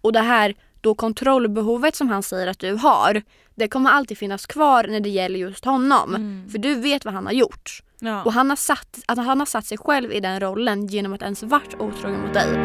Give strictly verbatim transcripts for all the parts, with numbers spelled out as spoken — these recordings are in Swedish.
Och det här då kontrollbehovet som han säger att du har, det kommer alltid finnas kvar när det gäller just honom. Mm. För du vet vad han har gjort. Ja. Och han har, satt, att han har satt sig själv i den rollen genom att ens varit otrogen mot dig.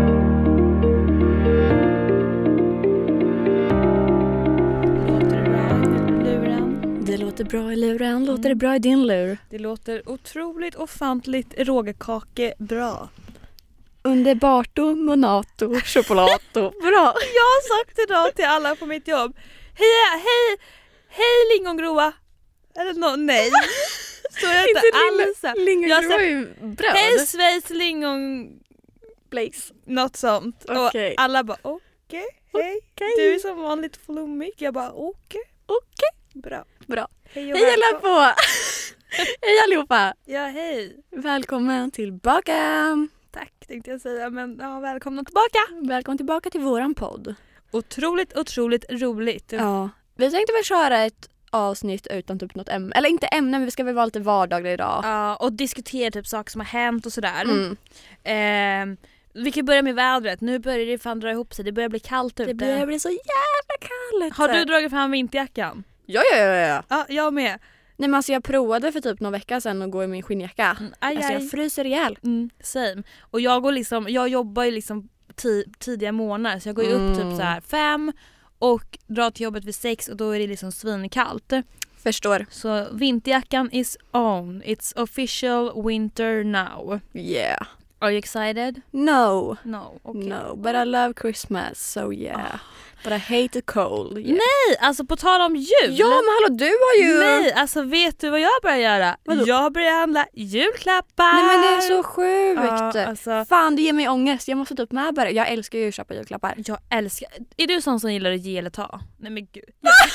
Det låter bra i luren. Låter det bra i din lur? Det låter otroligt ofantligt rågkake bra. Underbarto, monato, chocolato. Bra. Jag har sagt idag till alla på mitt jobb. Hej, hej, hej lingongrova. Eller no, nej. Så jag inte alls. Lingongrova är ju bröd. Hej Schweiz lingon Blaze. Något sånt. Okay. Och alla bara okej, okay, hej. Okay. Du är som vanligt flummig. Jag bara okej. Okay. Okej. Okay. Bra. Bra. Hej, hej alla på. Hej allihopa. Ja, hej. Välkommen tillbaka. Tack tänkte jag säga, men ja, välkomna tillbaka. Välkommen tillbaka till våran podd. Otroligt, otroligt roligt. Ja, vi tänkte väl köra ett avsnitt utan typ något ämne. Eller inte ämne, men vi ska väl vara lite vardagliga idag. Ja, och diskutera typ saker som har hänt och sådär. Mm. Eh, vi kan börja med vädret. Nu börjar det fan dra ihop sig. Det börjar bli kallt ute. Det börjar bli så jävla kallt. Har du dragit fram vinterjackan? Ja, ja, ja, ja. Ja, jag med. Nej, men alltså jag provade för typ någon vecka sedan att gå i min skinnjacka. Mm, aj, alltså jag fryser ihjäl. Mm, same. Och jag går liksom, jag jobbar ju liksom t- tidiga månader. Så jag går ju mm. upp typ så här fem och drar till jobbet vid sex och då är det liksom svinkallt. Förstår. Så vinterjackan is on. It's official winter now. Yeah. Are you excited? No. No, okay. No, but I love Christmas, so yeah. Oh. But I hate the cold. Yeah. Nej, alltså på tal om jul. Ja, men hallå, du har ju... Nej, alltså vet du vad jag börjar göra? Vadå? Jag börjar handla julklappar. Nej, men det är så sjukt. Ja, alltså... Fan, det ger mig ångest. Jag måste ta upp med börja. Jag älskar ju att köpa julklappar. Jag älskar... Är du sån som gillar att ge eller ta? Nej, men gud.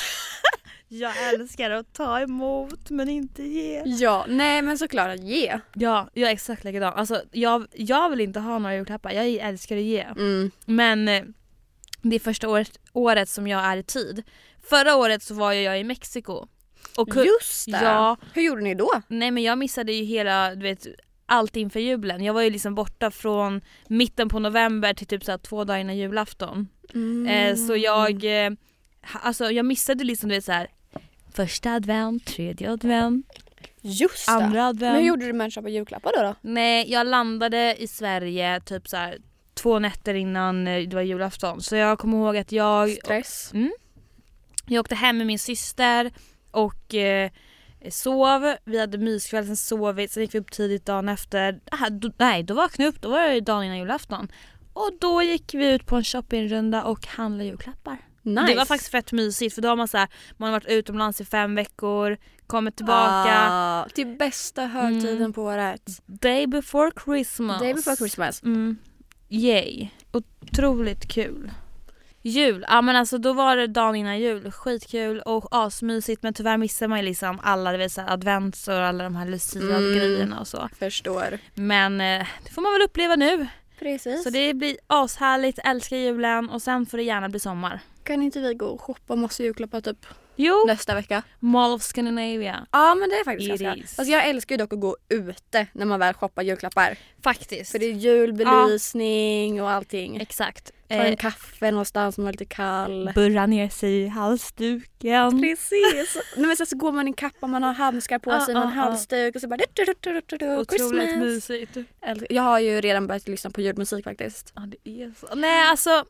Jag älskar att ta emot men inte ge. Ja, nej men såklart att ge. Ja, jag är exakt likadan. Alltså, jag, jag vill inte ha några julklappar. Jag älskar att ge. Mm. Men det är första året, året som jag är i tid. Förra året så var jag i Mexiko. Och just det. Ja, hur gjorde ni då? Nej, men jag missade ju hela, du vet, allt inför julen. Jag var ju liksom borta från mitten på november till typ så här två dagar innan julafton. Mm. Eh, så jag eh, alltså jag missade liksom, du vet, så här första advent, tredje advent. Just det. Andra advent. Men hur gjorde du med att köpa julklappar då, då? Nej, jag landade i Sverige typ så här två nätter innan det var julafton. Så jag kommer ihåg att jag... Stress. Mm, jag åkte hem med min syster och eh, sov. Vi hade myskväll, sen sovit. Sen gick vi upp tidigt dagen efter. Aha, då, nej, då vaknade jag upp. Då var det dagen innan julafton. Och då gick vi ut på en shoppingrunda och handlade julklappar. Nice. Det var faktiskt fett mysigt, för då har man så här, man har varit utomlands i fem veckor, kommit tillbaka ah, till bästa högtiden mm. på året. Day before Christmas. Day before Christmas. Mm. Yay. Otroligt kul. Jul, ja men alltså då var det dagen innan jul, skitkul och asmysigt, men tyvärr missar man ju liksom alla, det vill säga advents och alla de här Lucia-grejerna mm. och så. Förstår. Men eh, det får man väl uppleva nu. Precis. Så det blir ashärligt, älskar julen och sen får det gärna bli sommar. Kan inte vi gå och shoppa massa julklappar typ jo. nästa vecka? Mall of Scandinavia. Ja, men det är faktiskt It ganska. is. Alltså jag älskar ju dock att gå ute när man väl shoppar julklappar. Faktiskt. För det är julbelysning ja. och allting. Exakt. Ta en eh. kaffe någonstans som är lite kall. Burra ner sig i halsduken. Precis. Nej, men så, så går man i kappa, man har handskar på ah, sig, man har ah, halsduk och så bara... Otroligt mysigt. Jag har ju redan börjat lyssna på julmusik faktiskt. Ja, det är så. Nej, alltså...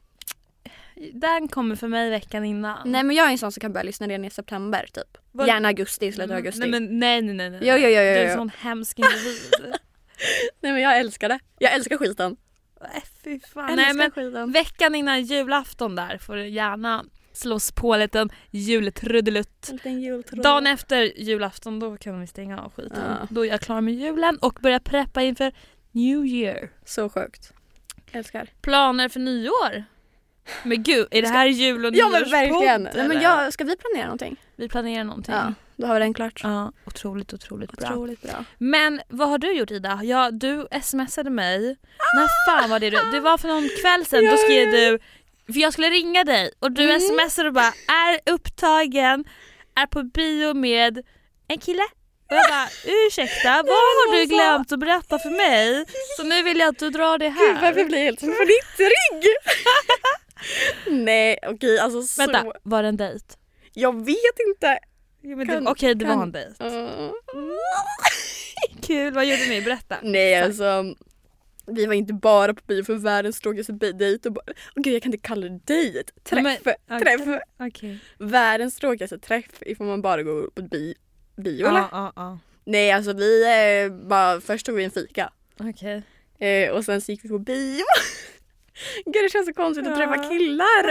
Den kommer för mig veckan innan. Nej, men jag är en sån som kan börja lyssna redan i september typ. Vad? Gärna augusti, slutet av augusti. Nej, men nej, nej, nej. nej. Jo, jo, jo, jo, jo. Du är en sån hemsk individ. Nej, men jag älskar det. Jag älskar skiten. Äh, fy fan. Älskar nej, men skiten. Veckan innan julafton där får du gärna slås på en liten jultrudelutt. En liten jultrudelutt. Dagen efter julafton då kan vi stänga av skiten. Ja. Då är jag klar med julen och börjar preppa inför New Year. Så sjukt. Älskar. Planer för nyår? Men gud, är det här jul och ja, men verkligen. Podd, nej, men jag, ska vi planera någonting? Vi planerar någonting. Ja, då har vi den klart. Ja, otroligt, otroligt bra. Otroligt bra. Men vad har du gjort, Ida? Ja, du smsade mig. Ah! När fan var det du? Det var för någon kväll sedan. Då skrev du, för jag skulle ringa dig. Och du mm. smsade och bara, är upptagen, är på bio med en kille. Och jag bara, ursäkta, vad har du glömt att berätta för mig? Så nu vill jag att du drar det här. Gud, varför blir jag helt som på ditt rygg? Nej, okej okay, alltså så... Vänta, var det en dejt? Jag vet inte. Ja, okej, okay, det kan... var en dejt. Uh... Kul, vad gjorde ni? Berätta. Nej, alltså... Vi var inte bara på bio för världens tråkigaste dejt. Och bara, oh, gud, jag kan inte kalla det dejt. Träff. Men, träff. Okay. Okay. Världens tråkigaste träff ifall man bara går på bi- bio. Ah, eller? Ah, ah. Nej, alltså vi eh, bara... Först tog vi en fika. Okej. Okay. Eh, och sen så gick vi på bio. Gud, det känns så konstigt ja. att träffa killar.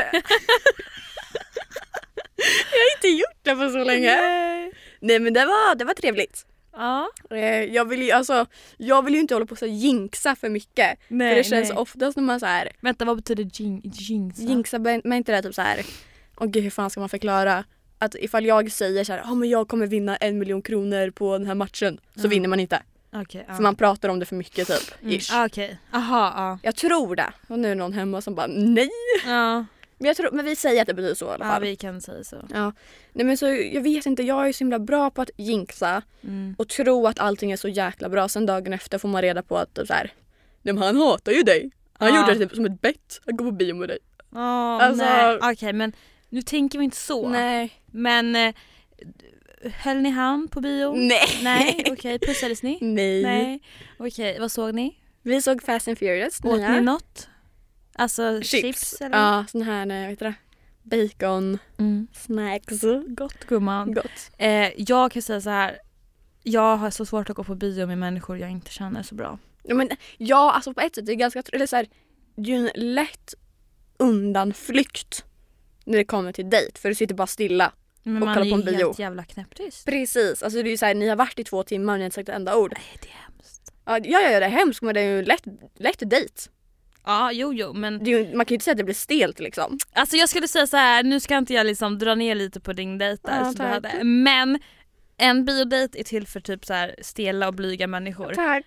Jag har inte gjort det på så länge. Nej, Nej men det var, det var trevligt. Ja. Jag vill ju alltså, jag vill ju inte hålla på så jinxa för mycket. Nej, för det känns nej. oftast när man så här. Vänta, vad betyder jing, jinxa? Jinxa, men inte det typ så här. Åh gud, hur fan ska man förklara? Att ifall jag säger så här, ja oh, men jag kommer vinna en miljon kronor på den här matchen. Så mm. vinner man inte. Okay, för uh. man pratar om det för mycket typ. Mm. Ah, okej. Okay. Aha, uh. Jag tror det. Och nu är någon hemma som bara, nej. Ja. Uh. Men, jag tror, men vi säger att det betyder så i alla fall. Ja, vi kan säga så. Ja. Nej, men så, jag vet inte, jag är så himla bra på att jinxa mm. och tro att allting är så jäkla bra. Sen dagen efter får man reda på att så här, men han hatar ju dig. Han ja. gjorde det typ som ett bett att gå på bio med dig. Oh, alltså, okej, okay, men nu tänker vi inte så. Nej. Men eh, höll ni hand på bio? Nej. Nej, okej. Okay. Pussades ni? Nej. Nej. Okej, okay. Vad såg ni? Vi såg Fast and Furious. Åt ni något? Alltså chips, chips eller? Ja, sån här, nej, vet du det? Bacon, mm. snacks. Gott, gumman. Gott. Eh, jag kan säga så här. Jag har så svårt att gå på bio med människor jag inte känner så bra. Ja, men, ja alltså på ett sätt det är ganska, eller så här, det är ju en lätt undanflykt när det kommer till dejt. För du sitter bara stilla men och kollar på en bio. Men man är helt jävla knäpptyst. Precis, alltså det är ju så här, ni har varit i två timmar och ni har inte sagt ett enda ord. Nej, det är hemskt. Ja, ja, ja det är hemskt, men det är ju en lätt, lätt dejt. Ja, jo, jo, men... Det är ju, man kan ju inte säga att det blir stelt liksom. Alltså jag skulle säga så här, nu ska inte jag liksom dra ner lite på din dejt där. Ja, så hade, men en biodejt är till för typ så här stela och blyga människor. Tack.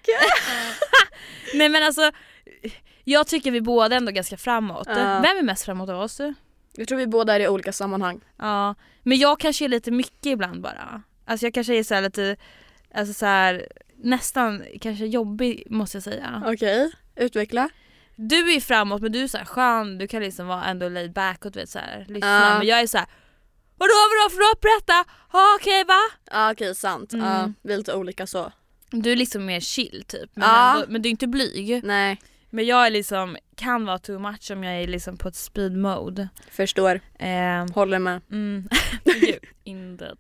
Nej men alltså, jag tycker vi båda ändå är ganska framåt. Ja. Vem är mest framåt av oss? Jag tror vi båda är i olika sammanhang. Ja, men jag kanske är lite mycket ibland bara. Alltså jag kanske är så här lite, alltså så här, nästan kanske jobbig måste jag säga. Okej, okay. Utveckla. Du är framåt men du är så här skön, du kan liksom vara ändå laid back och du vet så här, lyssna. Uh. Men jag är så här, vadå, vadå, vadå, berätta? Ja, okej, okay, va? Ja, okej, okay, sant. Mm. Uh, vi är lite olika så. Du är liksom mer chill typ, men, uh. ändå, men du är inte blyg. Nej. Men jag är liksom, kan vara too much om jag är liksom på ett speed mode. Förstår. Eh, Håller med. Mm. Indeed.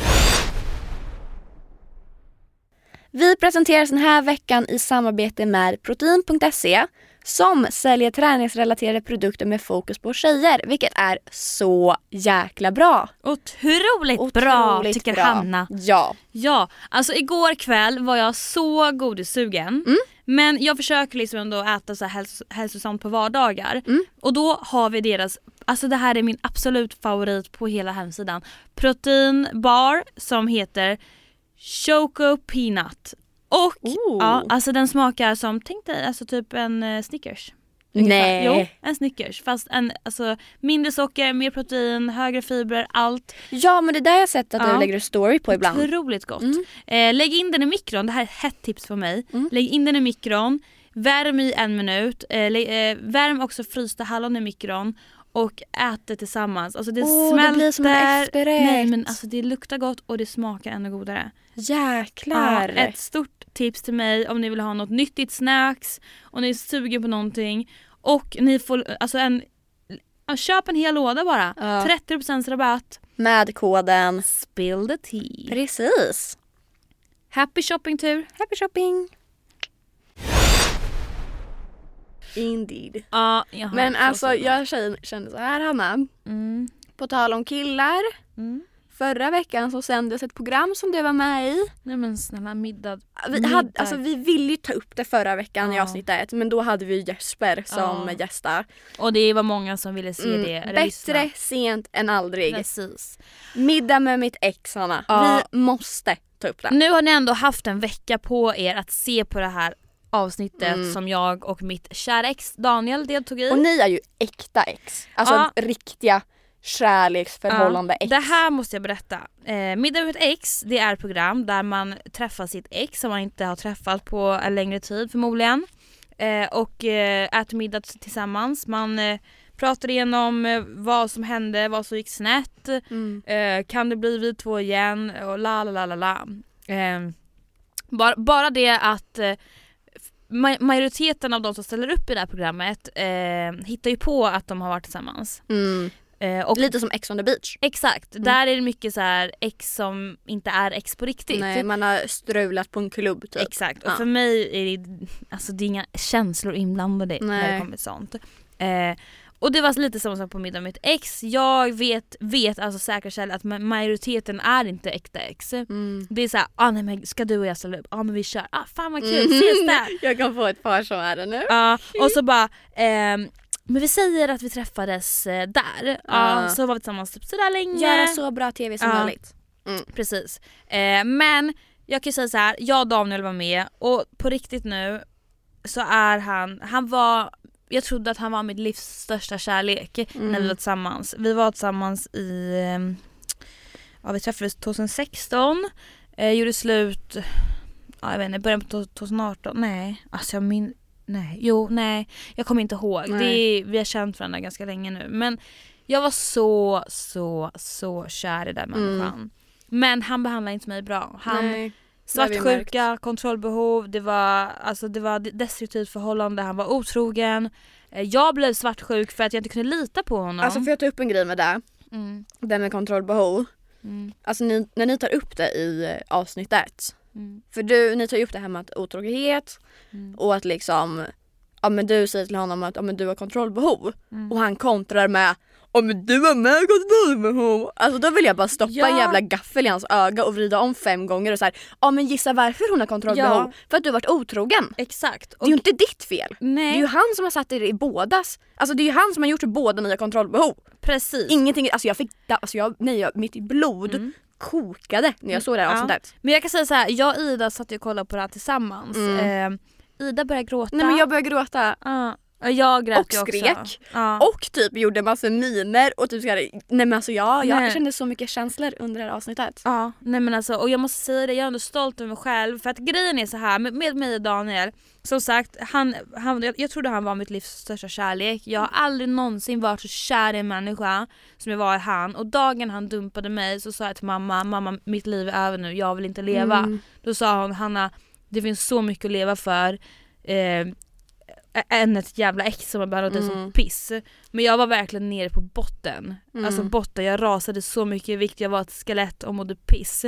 Vi presenteras den här veckan i samarbete med protein punkt se som säljer träningsrelaterade produkter med fokus på tjejer, vilket är så jäkla bra. Otroligt, Otroligt bra tycker bra. Hanna. Ja. Ja, alltså igår kväll var jag så godisugen. Mm. Men jag försöker liksom ändå äta så här häls- hälsosamt på vardagar. Mm. Och då har vi deras, alltså det här är min absolut favorit på hela hemsidan. Proteinbar som heter Choco Peanut. Och ja, alltså den smakar som, tänk dig, alltså typ en uh, Snickers. Nej. Jo, en Snickers. Fast en, alltså, mindre socker, mer protein, högre fibrer, allt. Ja, men det där har jag sett att ja. du lägger en story på ibland. Otroligt gott. Mm. Eh, lägg in den i mikron, det här är ett hett tips för mig. Mm. Lägg in den i mikron, värm i en minut. Eh, lä- eh, värm också frysta hallon i mikron. Och ät det tillsammans. Alltså det oh, smälter. Det blir som en efterrätt. Nej, men alltså det luktar gott och det smakar ännu godare. Jäklar. Ja, ett stort tips till mig om ni vill ha något nyttigt snacks och ni är sugen på någonting. Och ni får, alltså en, köp en hel låda bara. Ja. trettio procent rabatt. Med koden Spill the tea. Precis. Happy shopping tur. Happy shopping. Indeed. Ja, men alltså jag kände så här, Hanna. Mm. På tal om killar. Mm. Förra veckan så sändes ett program som du var med i. Nej men snälla, middag. Vi, hade, alltså, vi ville ju ta upp det förra veckan ja. i avsnitt ett. Men då hade vi Jesper som ja. gästa. Och det var många som ville se mm. det. Bättre lyssna. Sent än aldrig. Precis. Middag med mitt ex, Hanna. Ja. Vi måste ta upp det. Nu har ni ändå haft en vecka på er att se på det här avsnittet mm. som jag och mitt kära ex Daniel deltog i. Och ni är ju äkta ex. Alltså ja. riktiga kärleksförhållande ja. ex. Det här måste jag berätta. Eh, Middag med ett ex, det är ett program där man träffar sitt ex som man inte har träffat på en längre tid förmodligen. Eh, och eh, äter middag tillsammans. Man, eh, pratade igenom eh, vad som hände, vad som gick snett. Mm. Eh, kan det bli vi två igen? Och la la la la la. Eh, bara, bara det att eh, ma- majoriteten av de som ställer upp i det här programmet eh, hittar ju på att de har varit tillsammans. Mm. Eh, och Lite som Ex on the beach. Exakt, mm. där är det mycket så här ex som inte är ex på riktigt. Nej, man har strulat på en klubb typ. Exakt, och ja. för mig är det, alltså, det är inga känslor inblandade Nej. när det kommer till sånt. Eh, och det var lite samma sak på middag med mitt ex. Jag vet, vet alltså säkerställt att majoriteten är inte äkta ex. Mm. Det är såhär, ah, nej men ska du och jag ställa upp? Ja ah, men vi kör, ah fan vad kul, mm. ses där. Jag kan få ett par som är det nu. Ja, uh, och så bara ehm, men vi säger att vi träffades eh, där. Uh. Ja, så var vi tillsammans typ sådär länge. Göra så bra tv som uh. möjligt. Mm. Precis. Eh, men jag kan ju säga så här, jag och Daniel var med och på riktigt nu så är han, han var, jag trodde att han var mitt livs största kärlek mm. när vi var tillsammans. Vi var tillsammans i, ja vi träffades tjugohundrasexton, eh, gjorde slut, ja jag vet inte, början på tjugoarton, nej, alltså jag min Nej, jo, nej. Jag kommer inte ihåg. Det är, vi har känt varandra ganska länge nu. Men jag var så, så, så kär i den människan. Mm. Men han behandlade inte mig bra. Han svartsjuka, kontrollbehov. Det var, alltså, det var destruktivt förhållande. Han var otrogen. Jag blev svartsjuk för att jag inte kunde lita på honom. Alltså får jag ta upp en grej med det? Mm. Det med kontrollbehov. Mm. Alltså ni, när ni tar upp det i avsnittet. Mm. För du, ni tar ju upp det här med att otrohet mm. och att liksom ja men du säger till honom att ja, men du har kontrollbehov mm. och han kontrar med ja men du har med kontrollbehov. Alltså då vill jag bara stoppa ja. en jävla gaffel i hans öga och vrida om fem gånger och så här, ja men gissa varför hon har kontrollbehov. Ja. För att du har varit otrogen. Exakt. Och det är ju inte ditt fel. Nej. Det är ju han som har satt er i bådas. Alltså det är ju han som har gjort båda ni har kontrollbehov. Precis. Ingenting, alltså jag fick, alltså jag, nej jag, mitt blod mm. kokade när jag såg det här avsnittet. Ja. Men jag kan säga så här, jag och Ida satt och kollade på det här tillsammans. Mm. Eh, Ida började gråta. Nej men jag började gråta. Ja. Jag grät och skrek också. Ja. Och typ gjorde massa miner och typ så här, nej men alltså jag, jag kände så mycket känslor under det här avsnittet. Ja, nej men alltså, och jag måste säga det, jag är ändå stolt över mig själv för att grejen är så här med, med mig och Daniel, som sagt, han, han, jag, jag trodde han var mitt livs största kärlek. Jag har aldrig någonsin varit så kär i en människa som jag var i han, och dagen han dumpade mig så sa jag till mamma, mamma mitt liv är över nu, jag vill inte leva. Mm. Då sa hon, Hanna, det finns så mycket att leva för. Eh, än ett jävla ex som har behandlat det mm. som piss. Men jag var verkligen nere på botten. Mm. Alltså botten, jag rasade så mycket i vikt. Jag var ett skelett och mådde piss.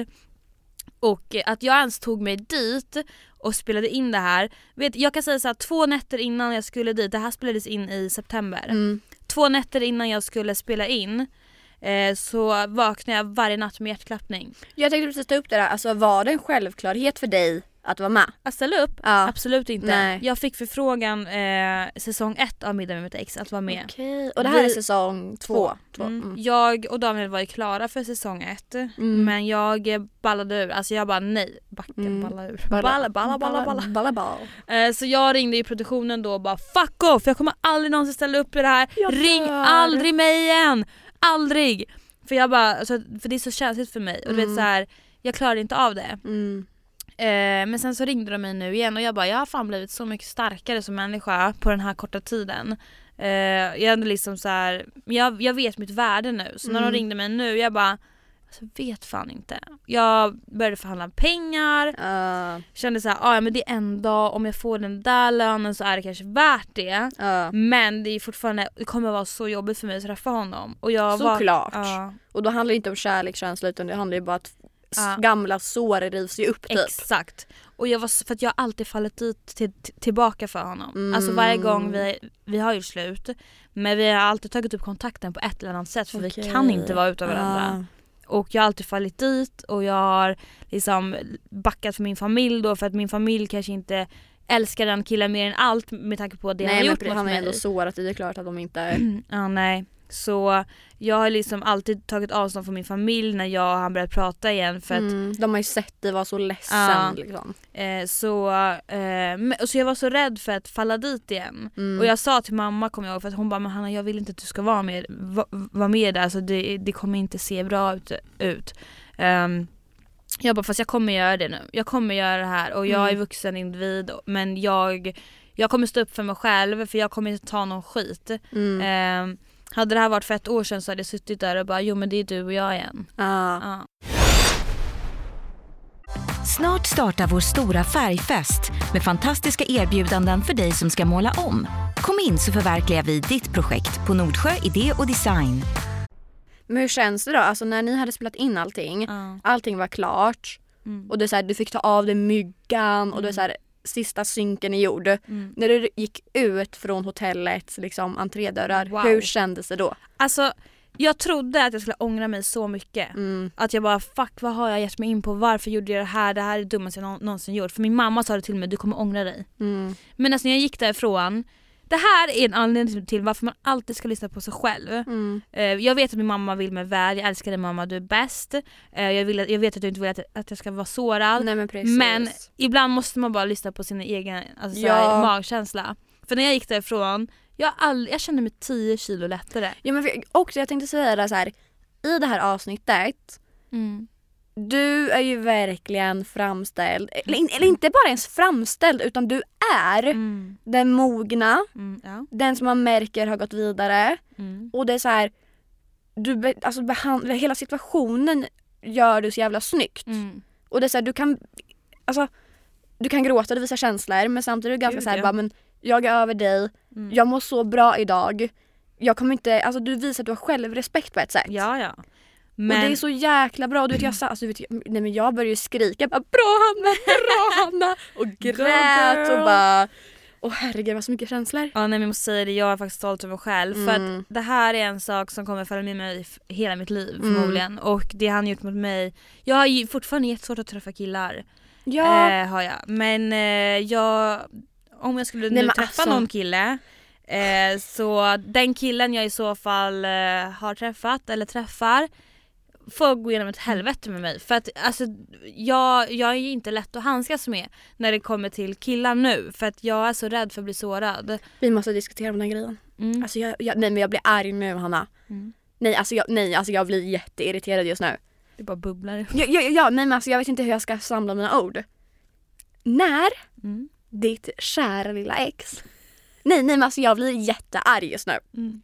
Och att jag ens tog mig dit och spelade in det här. Vet, jag kan säga så här, två nätter innan jag skulle dit, det här spelades in i september. Mm. Två nätter innan jag skulle spela in eh, så vaknade jag varje natt med hjärtklappning. Jag tänkte precis ta upp det där. Alltså var det en självklarhet för dig att vara med? Att ställa upp? Ja. Absolut inte. Nej. Jag fick förfrågan eh, säsong ett av Middag med mitt ex att vara med. Okej. Och det här Vi, är säsong två. två. Mm. Mm. Jag och Daniel var ju klara för säsong ett. Mm. Men jag ballade ur. Alltså jag bara nej. Backa, mm. balla ur. Balla, balla, balla, balla. balla. balla, balla. Eh, så jag ringde i produktionen då och bara fuck off. Jag kommer aldrig någonsin ställa upp i det här. Jag Ring dör. aldrig mig igen. Aldrig. För jag bara, alltså, för det är så känsligt för mig. Och du mm. vet så här, jag klarar inte av det. Mm. Eh, men sen så ringde de mig nu igen och jag bara, jag har fan blivit så mycket starkare som människa på den här korta tiden. Eh, jag är liksom så här, jag, jag vet mitt värde nu. Så mm. när de ringde mig nu, jag bara, alltså, vet fan inte. Jag började förhandla pengar. Uh. Kände så här, ah, ja men det är en dag, om jag får den där lönen så är det kanske värt det. Uh. Men det är fortfarande, det kommer vara så jobbigt för mig att träffa honom. Och jag Såklart. Var, uh. Och då handlar det inte om kärlekskänsla, utan det handlar ju bara att Ja. gamla sår rivs ju upp typ. Exakt. Och jag var, för att jag har alltid fallit dit till, till, tillbaka för honom. Mm. Alltså varje gång vi, vi har ju slut, men vi har alltid tagit upp kontakten på ett eller annat sätt. För okay. vi kan inte vara utav varandra. ah. Och jag har alltid fallit dit. Och jag har liksom backat för min familj då, för att min familj kanske inte älskar den killen mer än allt med tanke på det nej, han har gjort mot mig. Han är ändå sårat, det är klart att de inte ja nej. Så jag har liksom alltid tagit avstånd från min familj när jag och han börjat prata igen. För att, mm, de har ju sett dig vara så ledsen. Ja, liksom. eh, så, eh, så jag var så rädd för att falla dit igen. Mm. Och jag sa till mamma, kommer jag ihåg, för att hon bara, men Hanna, jag vill inte att du ska vara med, va, vara med där. Alltså det, det kommer inte se bra ut. ut. Um, jag bara, fast jag kommer göra det nu. Jag kommer göra det här. Och jag är vuxen individ. Men jag... jag kommer stå upp för mig själv för jag kommer inte ta någon skit. Mm. Eh, hade det här varit för ett år sedan så hade jag suttit där och bara, jo men det är du och jag igen. Ah. Ja. Snart startar vår stora färgfest med fantastiska erbjudanden för dig som ska måla om. Kom in så förverkligar vi ditt projekt på Nordsjö Idé och Design. Men hur känns det då? Alltså när ni hade spelat in allting, Ja. allting var klart Mm. och det är så här, du fick ta av dig myggan Mm. och det är så här, sista synken är gjord. Mm. När du gick ut från hotellets liksom, entrédörrar, Wow. hur kändes det då? Alltså jag trodde att jag skulle ångra mig så mycket. Mm. Att jag bara, fuck vad har jag gett mig in på? Varför gjorde jag det här? Det här är det dummaste jag nå- någonsin gjort. För min mamma sa det till mig, du kommer ångra dig. Mm. Men alltså när jag gick därifrån, det här är en anledning till varför man alltid ska lyssna på sig själv. Mm. Eh, jag vet att min mamma vill mig väl, jag älskar dig mamma, du är bäst. Eh, jag, vill, jag vet att du inte vill att, att jag ska vara sårad. Nej, men, precis. Men ibland måste man bara lyssna på sin egen alltså, Ja. såhär, magkänsla. För när jag gick därifrån, jag, all, jag kände mig tio kilo lättare. Ja, men för, också jag tänkte säga det så här, i det här avsnittet, Mm. du är ju verkligen framställd, eller, in, eller inte bara ens framställd utan du är Mm. den mogna, Mm. Ja. den som man märker har gått vidare. Mm. Och det är så här, du be, alltså behand, hela situationen gör du så jävla snyggt. Mm. Och det är så här, du kan alltså du kan gråta och visa känslor men samtidigt är det ganska Gud, så här, ja. bara, men jag är över dig. Mm. Jag mår så bra idag. Jag kommer inte, alltså du visar att du har självrespekt på ett sätt. Ja, ja. Men... Och det är så jäkla bra. Du vet, jag, sa, alltså, vet, jag, nej, men jag började ju skrika bara, bra Hanna, bra Hanna och grät och bara åh herregud, det var så mycket känslor. Ja, nej, men jag måste säga det, jag är faktiskt stolt över mig själv. Mm. För att det här är en sak som kommer följa med mig f- hela mitt liv Mm. förmodligen. Och det han gjort mot mig. Jag har ju fortfarande jättesvårt att träffa killar. Ja. Eh, har jag. Men eh, jag, om jag skulle Nej, nu men träffa alltså- någon kille. Eh, så den killen jag i så fall eh, har träffat eller träffar får gå igenom ett helvete med mig. För att alltså, jag, jag är ju inte lätt att handskas med när det kommer till killar nu. För att jag är så rädd för att bli sårad. Vi måste diskutera om den grejen. Mm. Alltså jag, jag, nej men jag blir arg nu Hanna. Mm. Nej alltså jag, nej, alltså jag blir jätteirriterad just nu. Det bara bubblar. Ja, ja, ja nej men alltså jag vet inte hur jag ska samla mina ord. När Mm. ditt kära lilla ex. Nej nej men alltså jag blir jättearg just nu. Mm.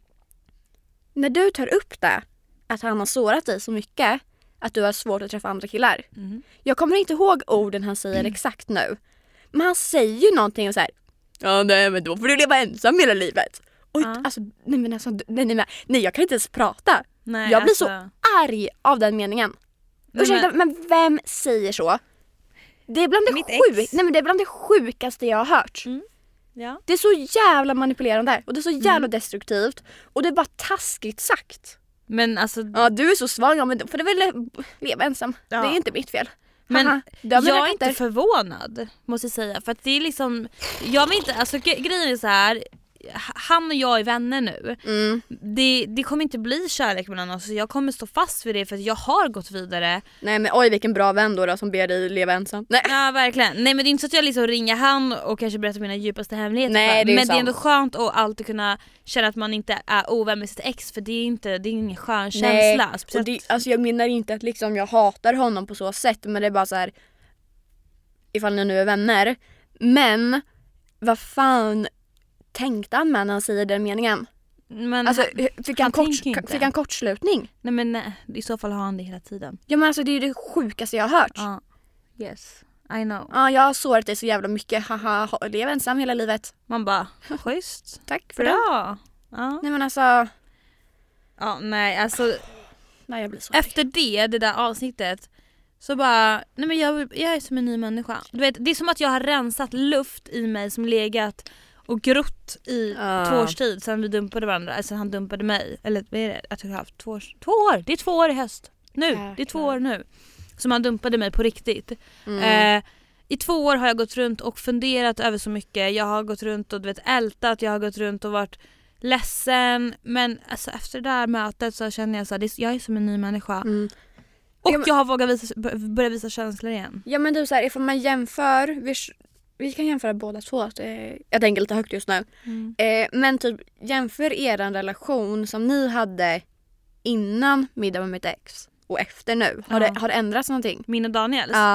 När du tar upp det, att han har sårat dig så mycket att du har svårt att träffa andra killar. Mm. Jag kommer inte ihåg orden han säger exakt nu. Men han säger ju någonting och så här. Ja nej men då får du leva ensam hela livet. Och Ja. alltså, nej men alltså, nej, nej, nej, nej jag kan inte ens prata. Nej, Jag blir alltså, så arg av den meningen. Nej, Ursäkta, men... men vem säger så? Det är bland det, Mitt sjuk... ex. nej, men det är bland det sjukaste jag har hört. Mm. Ja. Det är så jävla manipulerande och det är så jävla Mm. destruktivt. Och det är bara taskigt sagt. Men alltså, Ja, du är så svag, ja, men då får du väl leva ensam. Ja. Det är inte mitt fel. men Haha, döm mina jag är inte katter. förvånad måste jag säga. För att det är liksom, jag vill inte, alltså gre- grejen är så här. Han och jag är vänner nu. Mm. Det, det kommer inte bli kärlek mellan oss. Jag kommer stå fast vid det för att jag har gått vidare. Nej men oj vilken bra vän då, då som ber dig leva ensam. Nej. Ja verkligen. Nej men det är inte så att jag liksom ringer han och kanske berättar mina djupaste hemligheter. Nej, för. det är Men sant. det är ändå skönt att alltid kunna känna att man inte är ovän med sitt ex. För det är, inte, det är ingen skön Nej. känsla. Och Speciellt, det, alltså jag menar inte att liksom jag hatar honom på så sätt, men det är bara så här. Ifall ni nu är vänner. Men vad fan tänkte han med när han säger den meningen? men Alltså han, fick han, han kort, tänker inte. fick han kortslutning? nej men nej, i så fall har han det hela tiden. Ja men alltså det är ju det sjukaste jag har hört. Ja. Yes, I know. Ja, jag har sårat dig så jävla mycket. Haha, ha- lev ensam hela livet. Man bara, schysst. Tack för det. Bra. Ja. Nej men alltså, Ja, nej alltså nej jag blir så efter det, det där avsnittet så bara, nej men jag, jag är som en ny människa. Du vet, det är som att jag har rensat luft i mig som legat och grott i Ja. två års tid sedan vi dumpade varandra, alltså han dumpade mig. Eller vad är det? Jag tror jag har haft två år. Två år! Det är två år i höst. Nu, det är två år nu. Som han dumpade mig på riktigt. Mm. Eh, I två år har jag gått runt och funderat över så mycket. Jag har gått runt och du vet, ältat, jag har gått runt och varit ledsen. Men alltså, efter det där mötet så känner jag så här, det- jag är som en ny människa. Mm. Och Ja, men- jag har vågat visa, börja visa känslor igen. Ja men du så här, ifall man jämför, vi, vi kan jämföra båda två. Att, eh, jag tänker lite högt just nu. Mm. Eh, men typ jämför er relation som ni hade innan middag med mitt ex och efter nu. Har, Ja. det, har det ändrats någonting? Min och Daniels. Ja.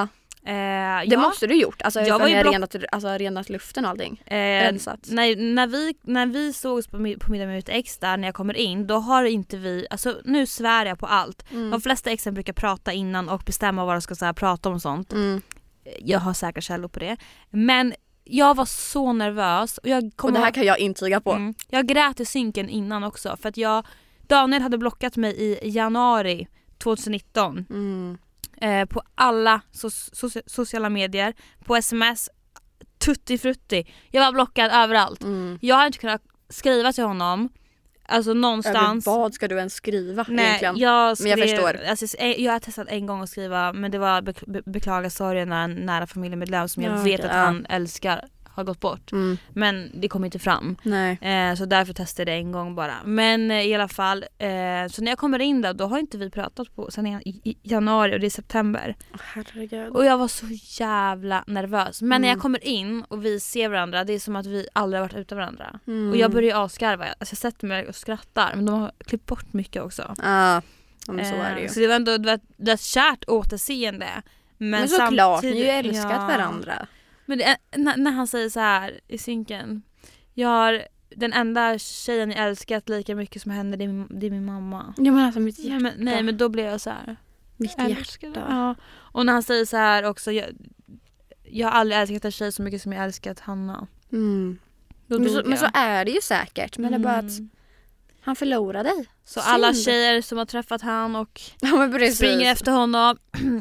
Eh, det ja. måste du gjort. Alltså, jag var ju block... renat, alltså renat luften och allting. Eh, nej, när, vi, när vi sågs på, på middag med mitt ex där, när jag kommer in, då har inte vi, alltså nu svär jag på allt. Mm. De flesta exen brukar prata innan och bestämma vad de ska så här, prata om och sånt. Mm. Jag har säkra källor på det. Men jag var så nervös. Och, jag kom och det här kan jag intyga på. Mm, jag grät i synken innan också. För att jag, Daniel hade blockat mig i januari tjugonitton. Mm. Eh, på alla so- so- sociala medier. På sms. Tutti frutti. Jag var blockad överallt. Mm. Jag hade inte kunnat skriva till honom. Alltså någonstans. Över vad ska du ens skriva Nej, egentligen? Jag skrev, men jag förstår. Alltså, jag har testat en gång att skriva, men det var be- beklaga sorgen när en nära familjemedlem som jag ja, vet okay, att ja. han älskar har gått bort. Mm. Men det kom inte fram. Nej. Eh, så därför testade jag en gång bara. Men eh, i alla fall, eh, så när jag kommer in där, då har inte vi pratat på sen i, i januari och det är september. Oh, herregud. Och jag var så jävla nervös. Men mm. när jag kommer in och vi ser varandra, det är som att vi aldrig har varit ute varandra. Mm. Och jag börjar asgarva. Alltså jag sätter mig och skrattar. Men de har klippt bort mycket också. Ja, men så är det ju. Eh, så det var ändå det var, det var ett kärt återseende. Men, men såklart, ni har ju älskat ja. varandra. Men det, när, när han säger så här i synken, jag har den enda tjejen jag älskat lika mycket som henne, det är min, det är min mamma. Ja, men alltså mitt hjärta. Nej men, nej, men då blev jag så här. Mitt hjärta. Ja. Och när han säger så här också, jag, jag har aldrig älskat en tjej så mycket som jag älskat Hanna. Mm. Men, så, men så är det ju säkert. Men mm. det är bara att han förlorar dig. Så Synd. Alla tjejer som har träffat han och ja, men springer efter honom.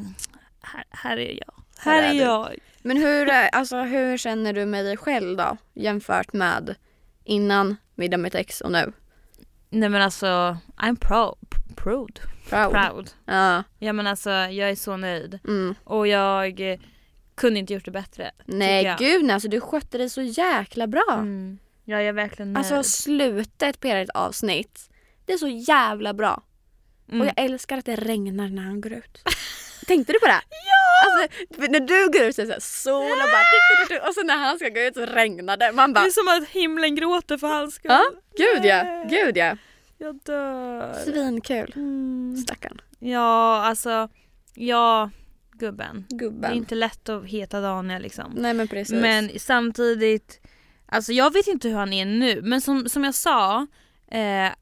här, här är jag. Här, här är, är jag. Men hur, alltså, hur känner du med dig själv då? Jämfört med innan middag med ett ex och nu? Nej men alltså, I'm pro, proud. Proud. proud. Ja. Ja men alltså, jag är så nöjd. Mm. Och jag eh, kunde inte gjort det bättre. Nej gud, nej, alltså du skötte dig så jäkla bra. Mm. Ja, jag är verkligen nöjd. Alltså slutet på ert avsnitt, det är så jävla bra. Mm. Och jag älskar att det regnar när han går ut. Tänkte du på det? Ja! Alltså, när du går ut så är det sol och bara... Och så när han ska gå ut så regnar det. Man bara, det är som att himlen gråter för hans skull. Ja, gud ja. Gud ja. Jag dör. Svinkul. Mm. Stackarn. Ja, alltså... Ja, gubben. Gubben. Det är inte lätt att heta Daniel liksom. Nej, men precis. Men samtidigt... Alltså jag vet inte hur han är nu. Men som, som jag sa... Eh,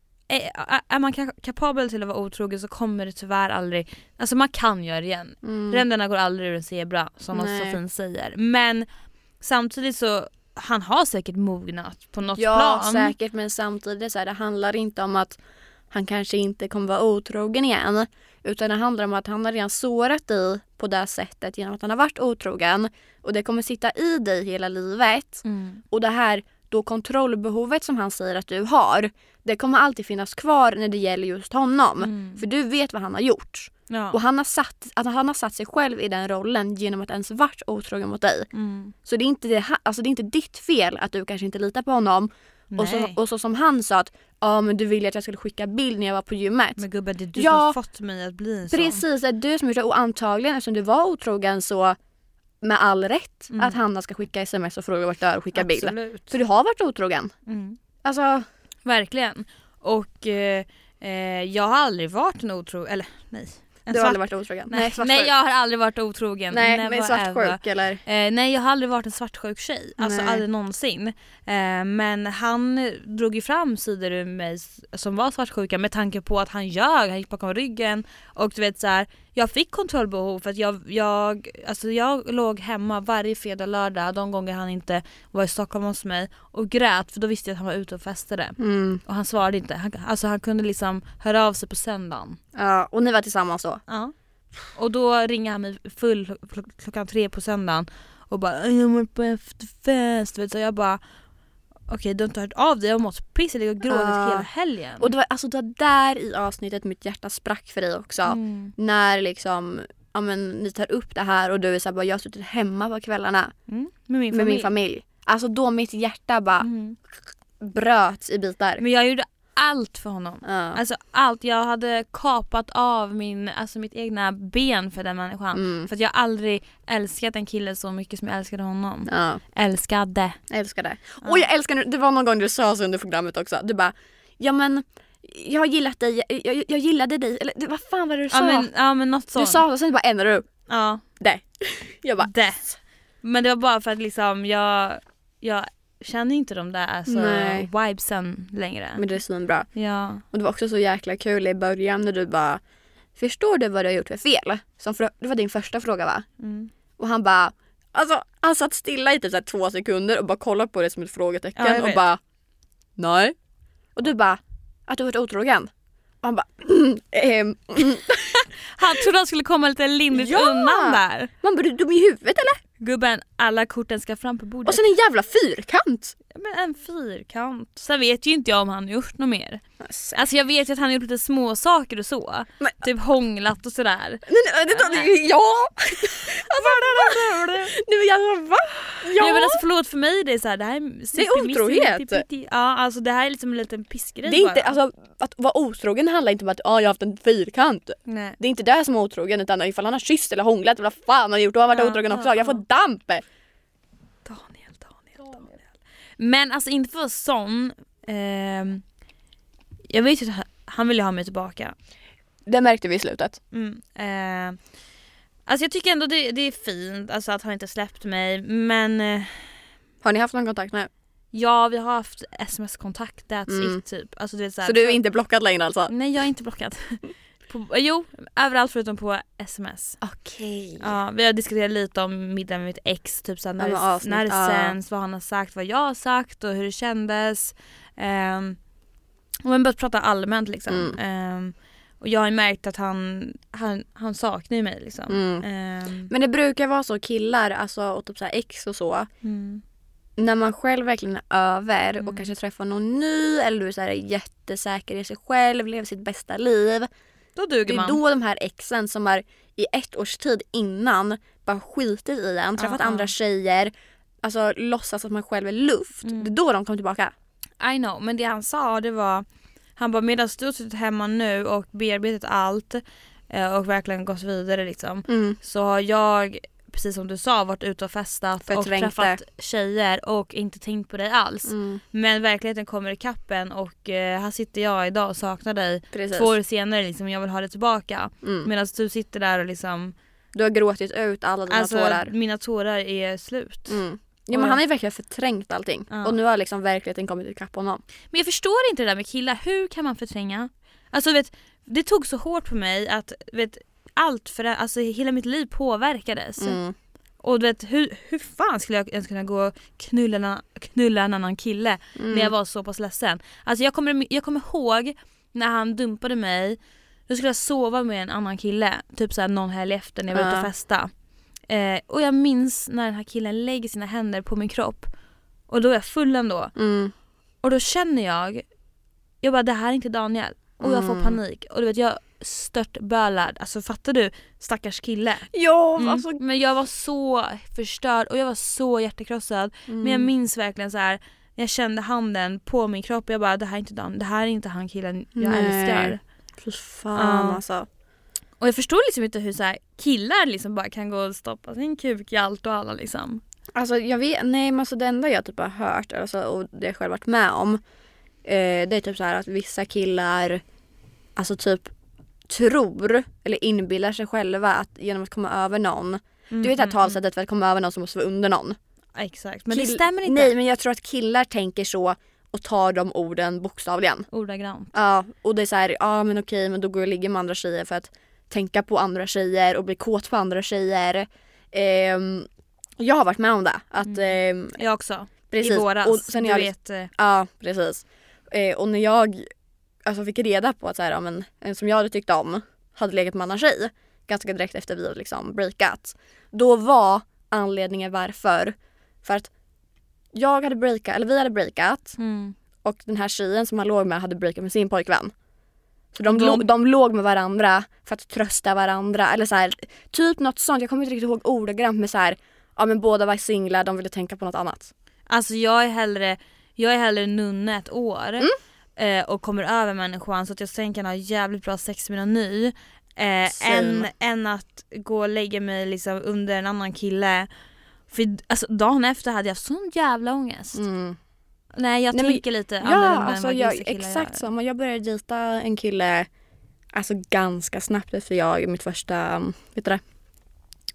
är man kapabel till att vara otrogen så kommer det tyvärr aldrig, alltså man kan göra det igen. Mm. Ränderna går aldrig ur en zebra som man så fint säger. Men samtidigt så han har säkert mognat på något ja, plan. Ja säkert, men samtidigt så här, det handlar inte om att han kanske inte kommer vara otrogen igen, utan det handlar om att han har redan sårat dig på det sättet genom att han har varit otrogen, och det kommer sitta i dig hela livet. Mm. Och det här då kontrollbehovet som han säger att du har, det kommer alltid finnas kvar när det gäller just honom. Mm. För du vet vad han har gjort. Ja. Och han har, satt, att han har satt sig själv i den rollen genom att ens varit otrogen mot dig. Mm. Så det är, inte det, alltså det är inte ditt fel att du kanske inte litar på honom. Och så, och så som han sa att ja, men du ville att jag skulle skicka bild när jag var på gymmet. Men gubben, det är du ja, som har fått mig att bli en sån. Precis, det är du som gjort det. Och antagligen eftersom du var otrogen så med all rätt mm. att Hanna ska skicka sms och fråga vart du är och skicka Absolut. bild. För du har varit otrogen. Mm. Alltså... Verkligen. Och eh, eh, jag har aldrig varit en otrogen. Eller nej. En du har svart... aldrig varit otrogen? Nej, nej, jag har aldrig varit otrogen. Nej, Never men svartsjuk ever. Eller? Eh, nej, jag har aldrig varit en svartsjuk tjej. Alltså nej. Aldrig någonsin. Eh, men han drog ju fram sidor ur mig som var svartsjuka med tanke på att han ljög. Han gick bakom ryggen. Och du vet så här, jag fick kontrollbehov för att jag, jag, alltså jag låg hemma varje fredag och lördag de gånger han inte var i Stockholm hos mig och grät, för då visste jag att han var ute och festade. Mm. Och han svarade inte. Han, alltså han kunde liksom höra av sig på söndagen. Ja, och ni var tillsammans då? Ja. Och då ringer han mig full klockan tre på söndagen och bara, jag mår på efterfest. Vet, så jag bara, okej, okay, du har inte hört av dig. Jag har mått piss, jag har gråtit uh. hela helgen. Och det var, alltså, det var där i avsnittet mitt hjärta sprack för dig också. Mm. När liksom, ja, men, ni tar upp det här och du är så här, bara, jag har suttit hemma på kvällarna mm. med, min med min familj. Alltså då mitt hjärta bara mm. bröt i bitar. Men jag gjorde allt för honom. Uh. Alltså allt. Jag hade kapat av min, alltså mitt egna ben för den människan. Mm. För att jag aldrig älskat en kille så mycket som jag älskade honom. Uh. Älskade. Älskade. Uh. Och jag älskar, det var någon gång du sa så under programmet också. Du bara, ja men jag har gillat dig, jag, jag, jag gillade dig. Eller vad fan var det du sa? Ja men, ja, men något sånt. Du sa och sen bara ändrade du. Ja. det. Jag bara det. Men det var bara för att liksom jag, jag känner inte de där alltså, vibesen längre. Men det är svinbra. Ja. Och det var också så jäkla kul i början när du bara, förstår du vad du har gjort för fel? Som för, det var din första fråga va? Mm. Och han bara, alltså han satt stilla i typ så här två sekunder och bara kollade på det som ett frågetecken ja, och bara, nej. Och du bara, att du varit otrogen? Och han bara, ehm. Han trodde han skulle komma lite lindrigt ja! undan där. Man bara, du är dum i huvudet eller? Gubben, alla korten ska fram på bordet. Och sen en jävla fyrkant. Men en fyrkant. Sen vet ju inte jag om han har gjort något mer. Alltså jag vet ju att han har gjort lite små saker och så. Men, typ hånglat och sådär. Nej, nej, det tar ju ja. Nu är jag va? Ja. Nej, men alltså förlåt för mig det är så här, det här är, det är otrohet. Ja, alltså det här är liksom en liten pissgrej. Det är inte bara. alltså att vara otrogen handlar inte om att ah, jag har haft en fyrkant. Nej. Det är inte det som är otrogen utan ifall han har kysst eller hånglat eller vad fan han har gjort och han har varit ja, otrogen också. Ja, jag får damp. Daniel, Daniel, Daniel. Men alltså inte för sån. Eh, jag vet ju att han ville ha mig tillbaka. Det märkte vi i slutet. Mm, eh, alltså jag tycker ändå det, det är fint alltså att han inte släppt mig. Men eh, har ni haft någon kontakt nu? ja, vi har haft sms-kontakt. That's mm. it typ. Alltså, du vet, så, här, så du är inte blockad längre alltså? Nej, jag är inte blockad. På, jo, överallt förutom på sms. Okej. Okay. Ja, vi har diskuterat lite om middagen med mitt ex. Typ såhär, när, ja, det, när det sänds, vad han har sagt, vad jag har sagt och hur det kändes. Um, och man börjat prata allmänt liksom. Mm. Um, och jag har märkt att han, han, han saknar mig liksom. Mm. Um, Men det brukar vara så killar, alltså och typ så här ex och så. Mm. När man själv verkligen är över Mm. och kanske träffar någon ny eller du är så här jättesäker i sig själv, lever sitt bästa liv. Då duger det är man. då de här exen som är i ett års tid innan bara skitit i en, träffat uh-huh. andra tjejer, alltså låtsas att man själv är luft. Mm. Det är då de kommer tillbaka. I know, men det han sa det var, han bara medan du har suttit hemma nu och bearbetat allt och verkligen gått vidare liksom, mm. så har jag, precis som du sa, varit ute och festat och träffat tjejer och inte tänkt på dig alls. Mm. Men verkligheten kommer i kappen och eh, här sitter jag idag och saknar dig. Precis. Två år senare liksom, jag vill ha det tillbaka. Mm. Medan du sitter där och liksom... Du har gråtit ut alla dina alltså, tårar. Mina tårar är slut. Mm. Ja, men han har ju verkligen förträngt allting. Ja. Och nu har liksom verkligheten kommit i kapp honom. Men jag förstår inte det där med killar. Hur kan man förtränga? Alltså vet, det tog så hårt på mig att vet, allt för alltså hela mitt liv påverkades. Mm. Och du vet, hur, hur fan skulle jag ens kunna gå och knulla, knulla en annan kille mm. när jag var så pass ledsen? Alltså jag kommer, jag kommer ihåg när han dumpade mig. Då skulle jag sova med en annan kille. Typ såhär någon helg efter när jag var ute och festa. Eh, och jag minns när den här killen lägger sina händer på min kropp. Och då är jag full ändå. Mm. Och då känner jag, jag bara, det här är inte Daniel. Och jag får panik. Och du vet, jag stört bölad. Alltså fattar du? Stackars kille. Ja, mm. alltså. Men jag var så förstörd. Och jag var så hjärtekrossad. Mm. Men jag minns verkligen så här. Jag kände handen på min kropp. Och jag bara, det här är inte Dan. Det här är inte han killen jag Nej. älskar. Fy fan uh. alltså. Och jag förstår liksom inte hur så här killar liksom bara kan gå och stoppa sin kuk i allt och alla liksom. Alltså jag vet, nej men alltså det enda jag typ har hört alltså, och det jag själv varit med om. Eh, det är typ så här att vissa killar alltså typ tror eller inbillar sig själva att genom att komma över någon. Mm, du vet att talsättet för att komma över någon som måste vara under någon. Exakt, men Kill- det stämmer inte. Nej, men jag tror att killar tänker så och tar de orden bokstavligen. Ordagrant. Ja, och det är så här, ja men okej, men då går jag och ligger med andra tjejer för att tänka på andra tjejer och bli kåt på andra tjejer. Ehm, jag har varit med om det. Att, mm. eh, jag också. Precis. I våras, och sen du jag, vet. Ja, precis. Eh, och när jag alltså, fick reda på att så här, ja, men, en som jag hade tyckt om hade legat med en annan tjej ganska direkt efter vi hade liksom breakat. Då var anledningen varför för att jag hade breakat, eller vi hade breakat mm. och den här tjejen som han låg med hade breakat med sin pojkvän. Så de, de... Låg, de låg med varandra för att trösta varandra eller så här, typ något sånt. Jag kommer inte riktigt ihåg ordagrant med så här, ja men båda var singlar, de ville tänka på något annat. Alltså jag är hellre jag är hellre nunna ett år mm. eh, och kommer över människan så att jag sen kan ha jävligt bra sex med någon ny eh, än, än att gå och lägga mig liksom under en annan kille. För alltså, dagen efter hade jag sån jävla ångest. Mm. Nej, jag Nej, tänker men, lite ja, alltså jag, exakt så. Men jag började dejta en kille alltså ganska snabbt efter jag mitt första vet du det,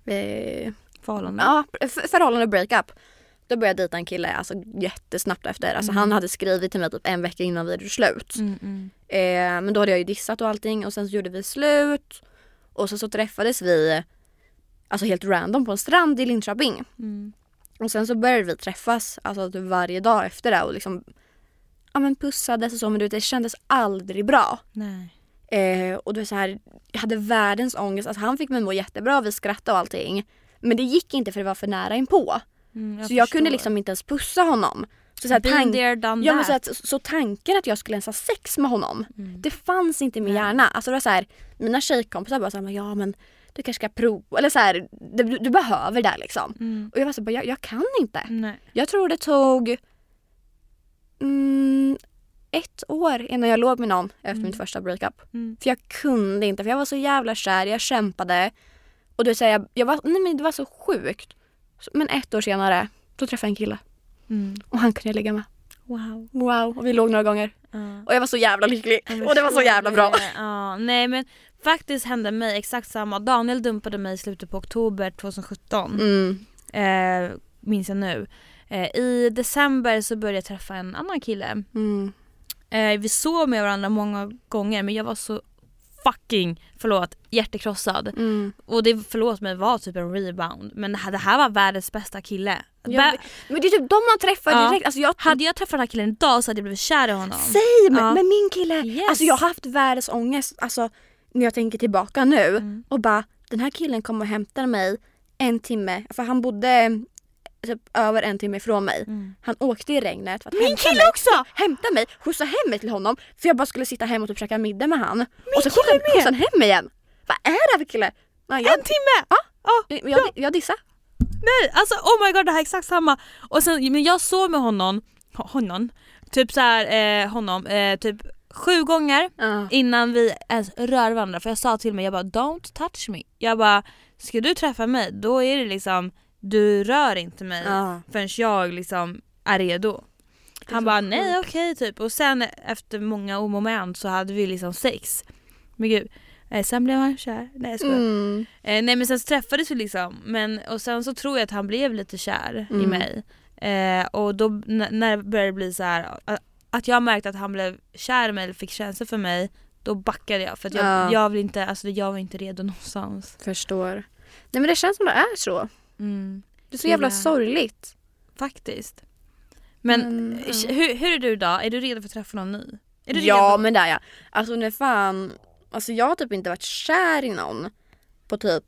Eh, förhållande. Ja, för, förhållande breakup. Då började jag dejta en kille alltså, jättesnabbt efter. Alltså, mm. Han hade skrivit till mig typ en vecka innan vi gjorde slut. Mm, mm. Eh, men då hade jag ju dissat och allting. Och sen så gjorde vi slut. Och så, så träffades vi alltså helt random på en strand i Linköping. Mm. Och sen så började vi träffas alltså, typ varje dag efter det. Och liksom ja, men pussades och så. Men du vet, det kändes aldrig bra. Nej. Eh, och det var så här, jag hade världens ångest. Alltså, han fick mig må jättebra. Vi skrattade och allting. Men det gick inte för det var för nära inpå. Mm, jag så jag kunde liksom inte ens pussa honom. Så, så, här, tank- there, done ja, men så, that. att, så tanken att jag skulle ens ha sex med honom, mm. det fanns inte i min hjärna. Alltså det var så här, mina tjejkompisar bara så här, ja men du kanske ska prova. Eller så här, du, du behöver det liksom. Mm. Och jag var så här, jag, jag kan inte. Nej. Jag tror det tog mm, ett år innan jag låg med någon efter mm. mitt första breakup. Mm. För jag kunde inte, för jag var så jävla kär, jag kämpade. Och då säger jag, jag var, nej men det var så sjukt. Men ett år senare, då träffade jag en kille. Mm. Och han kunde jag ligga med. Wow. Wow, och vi låg några gånger. Uh. Och jag var så jävla lycklig. Och det var så jävla bra. Uh, nej men faktiskt hände mig exakt samma. Daniel dumpade mig i slutet på oktober tjugohundrasjutton. Mm. Eh, minns jag nu. Eh, I december så började jag träffa en annan kille. Mm. Eh, vi såg med varandra många gånger, men jag var så fucking, förlåt, hjärtekrossad. Mm. Och det, förlåt mig, var typ en rebound. Men det här, det här var världens bästa kille. Ja, Bä- men det är typ de man träffar ja. direkt. Alltså jag, hade jag träffat den här killen idag så hade jag blivit kär i honom. Säg med, ja. med min kille. Yes. Alltså jag har haft världens ångest. Alltså när jag tänker tillbaka nu. Mm. Och bara, den här killen kommer och hämtar mig en timme. För han bodde typ över en timme ifrån mig. Mm. Han åkte i regnet för att min kille mig, också! Hämta mig, skjutsa hem mig till honom. För jag bara skulle sitta hem och typ käka middag med han. Min och så skjutsade han hem igen. Vad är det för kille? Ja, jag, en timme! Ja, oh, jag, jag, jag dissar. Nej, alltså oh my god, det här är exakt samma. Och sen, men jag sov med honom Honom Typ så här, eh, honom eh, Typ sju gånger uh. innan vi ens rör varandra. För jag sa till mig, jag bara, don't touch me. Jag bara, ska du träffa mig, då är det liksom, du rör inte mig uh. förrän jag liksom är redo. Han bara, nej okej okay, typ. Och sen efter många moment så hade vi liksom sex. Men gud, eh, sen blev han kär. Nej jag skojar. Mm. eh, Nej men sen så träffades vi liksom. Men, och sen så tror jag att han blev lite kär mm. i mig. eh, Och då n- när det började bli så här, att jag märkte att han blev kär i mig eller fick känslor för mig, då backade jag. För att jag, ja. jag, vill inte, alltså, jag var inte redo någonstans. Förstår. Nej men det känns som det är så. Mm. Det är så jävla sorgligt. Faktiskt. Men mm, ja. hur, hur är du då? Är du redo för att träffa någon ny? Är du ja redo? Men det är jag. Alltså när fan, alltså jag har typ inte varit kär i någon på typ,